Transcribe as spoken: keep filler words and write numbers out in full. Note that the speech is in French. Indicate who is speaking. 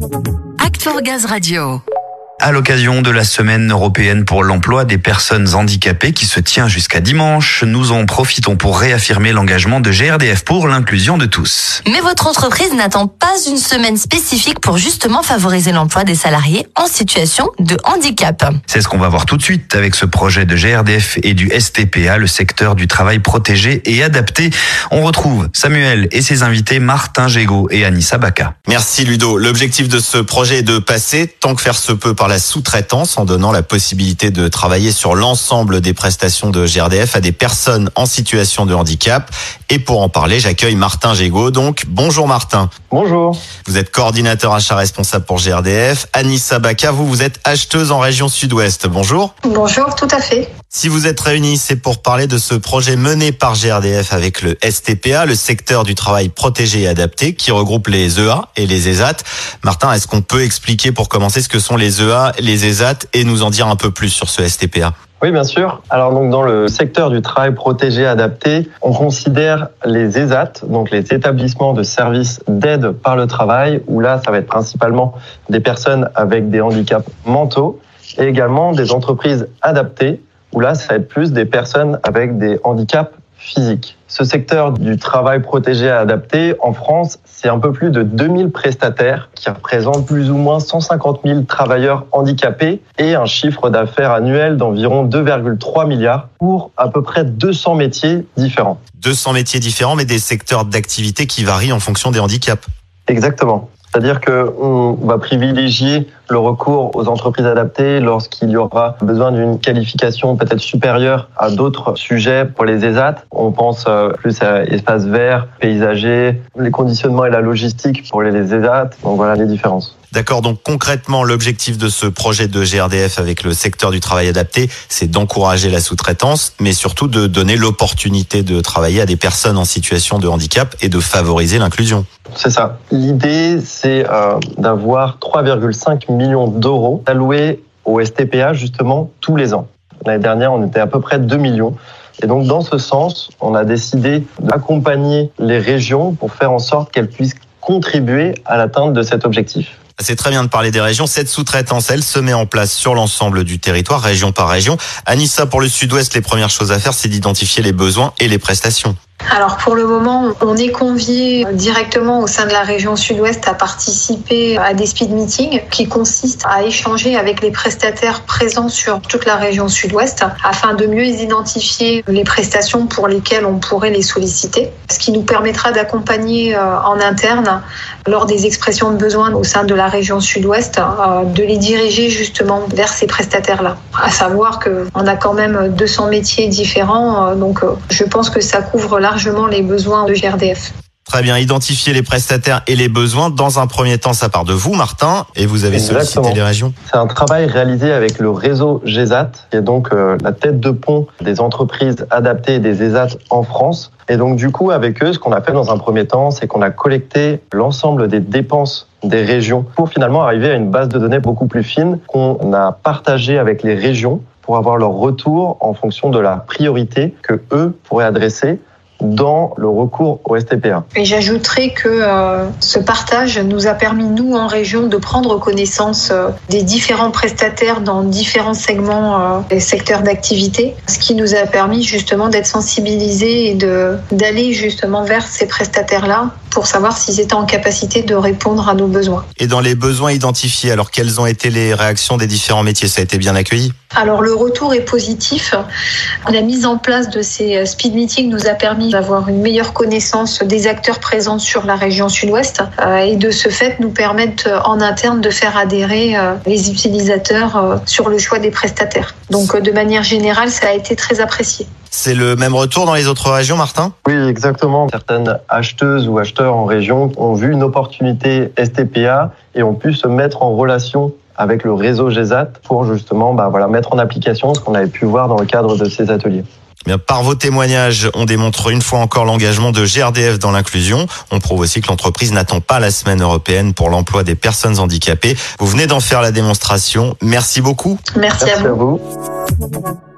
Speaker 1: Act for Gaz Radio.
Speaker 2: À l'occasion de la semaine européenne pour l'emploi des personnes handicapées qui se tient jusqu'à dimanche, nous en profitons pour réaffirmer l'engagement de G R D F pour l'inclusion de tous.
Speaker 1: Mais votre entreprise n'attend pas une semaine spécifique pour justement favoriser l'emploi des salariés en situation de handicap.
Speaker 2: C'est ce qu'on va voir tout de suite avec ce projet de G R D F et du S T P A, le secteur du travail protégé et adapté. On retrouve Samuel et ses invités Martin Gégaud et Anissa Baka.
Speaker 3: Merci Ludo. L'objectif de ce projet est de passer, tant que faire se peut, par la sous-traitance en donnant la possibilité de travailler sur l'ensemble des prestations de G R D F à des personnes en situation de handicap. Et pour en parler, j'accueille Martin Gégaud. Donc, bonjour Martin.
Speaker 4: Bonjour.
Speaker 3: Vous êtes coordinateur achat responsable pour G R D F. Anissa Baka, vous, vous êtes acheteuse en région Sud-Ouest. Bonjour.
Speaker 5: Bonjour, tout à fait.
Speaker 3: Si vous êtes réunis, c'est pour parler de ce projet mené par G R D F avec le S T P A, le secteur du travail protégé et adapté, qui regroupe les E A et les E S A T. Martin, est-ce qu'on peut expliquer pour commencer ce que sont les E A, les E S A T et nous en dire un peu plus sur ce S T P A ?
Speaker 4: Oui, bien sûr. Alors donc dans le secteur du travail protégé et adapté, on considère les E S A T, donc les établissements de services d'aide par le travail, où là, ça va être principalement des personnes avec des handicaps mentaux et également des entreprises adaptées, où là, ça va être plus des personnes avec des handicaps physiques. Ce secteur du travail protégé et adapté, en France, c'est un peu plus de deux mille prestataires qui représentent plus ou moins cent cinquante mille travailleurs handicapés et un chiffre d'affaires annuel d'environ deux virgule trois milliards pour à peu près deux cents métiers différents.
Speaker 3: deux cents métiers différents, mais des secteurs d'activité qui varient en fonction des handicaps.
Speaker 4: Exactement. C'est-à-dire qu'on va privilégier le recours aux entreprises adaptées lorsqu'il y aura besoin d'une qualification peut-être supérieure à d'autres sujets pour les E S A T. On pense plus à espaces verts, paysagers, les conditionnements et la logistique pour les E S A T. Donc voilà les différences.
Speaker 3: D'accord, donc concrètement, l'objectif de ce projet de G R D F avec le secteur du travail adapté, c'est d'encourager la sous-traitance, mais surtout de donner l'opportunité de travailler à des personnes en situation de handicap et de favoriser l'inclusion.
Speaker 4: C'est ça. L'idée, c'est euh, d'avoir trois virgule cinq millions d'euros alloués au S T P A justement tous les ans. L'année dernière, on était à peu près deux millions. Et donc, dans ce sens, on a décidé d'accompagner les régions pour faire en sorte qu'elles puissent contribuer à l'atteinte de cet objectif.
Speaker 3: C'est très bien de parler des régions. Cette sous-traitance, elle se met en place sur l'ensemble du territoire, région par région. Anissa, pour le Sud-Ouest, les premières choses à faire, c'est d'identifier les besoins et les prestations.
Speaker 5: Alors pour le moment, on est convié directement au sein de la région Sud-Ouest à participer à des speed meetings qui consistent à échanger avec les prestataires présents sur toute la région Sud-Ouest afin de mieux identifier les prestations pour lesquelles on pourrait les solliciter, ce qui nous permettra d'accompagner en interne lors des expressions de besoins au sein de la région Sud-Ouest, de les diriger justement vers ces prestataires-là. À savoir qu'on a quand même deux cents métiers différents, donc je pense que ça couvre largement les besoins de G R D F.
Speaker 3: Très bien, identifier les prestataires et les besoins. Dans un premier temps, ça part de vous, Martin, et vous avez
Speaker 4: Exactement.
Speaker 3: sollicité les régions.
Speaker 4: C'est un travail réalisé avec le réseau G S A T, qui est donc euh, la tête de pont des entreprises adaptées et des E S A T en France. Et donc du coup, avec eux, ce qu'on a fait dans un premier temps, c'est qu'on a collecté l'ensemble des dépenses des régions pour finalement arriver à une base de données beaucoup plus fine qu'on a partagée avec les régions pour avoir leur retour en fonction de la priorité que eux pourraient adresser dans le recours au S T P A.
Speaker 5: Et j'ajouterais que euh, ce partage nous a permis, nous, en région, de prendre connaissance euh, des différents prestataires dans différents segments euh, et secteurs d'activité, ce qui nous a permis justement d'être sensibilisés et de, d'aller justement vers ces prestataires-là pour savoir s'ils étaient en capacité de répondre à nos besoins.
Speaker 3: Et dans les besoins identifiés, alors quelles ont été les réactions des différents métiers ? Ça a été bien accueilli ?
Speaker 5: Alors le retour est positif. La mise en place de ces speed meetings nous a permis d'avoir une meilleure connaissance des acteurs présents sur la région Sud-Ouest et de ce fait nous permettre en interne de faire adhérer les utilisateurs sur le choix des prestataires. Donc de manière générale, ça a été très apprécié.
Speaker 3: C'est le même retour dans les autres régions, Martin ?
Speaker 4: Oui, exactement. Certaines acheteuses ou acheteurs en région ont vu une opportunité S T P A et ont pu se mettre en relation avec le réseau G S A T pour justement bah, voilà, mettre en application ce qu'on avait pu voir dans le cadre de ces ateliers.
Speaker 3: Bien, par vos témoignages, on démontre une fois encore l'engagement de G R D F dans l'inclusion. On prouve aussi que l'entreprise n'attend pas la semaine européenne pour l'emploi des personnes handicapées. Vous venez d'en faire la démonstration. Merci beaucoup.
Speaker 5: Merci,
Speaker 4: Merci
Speaker 5: à vous.
Speaker 4: À vous.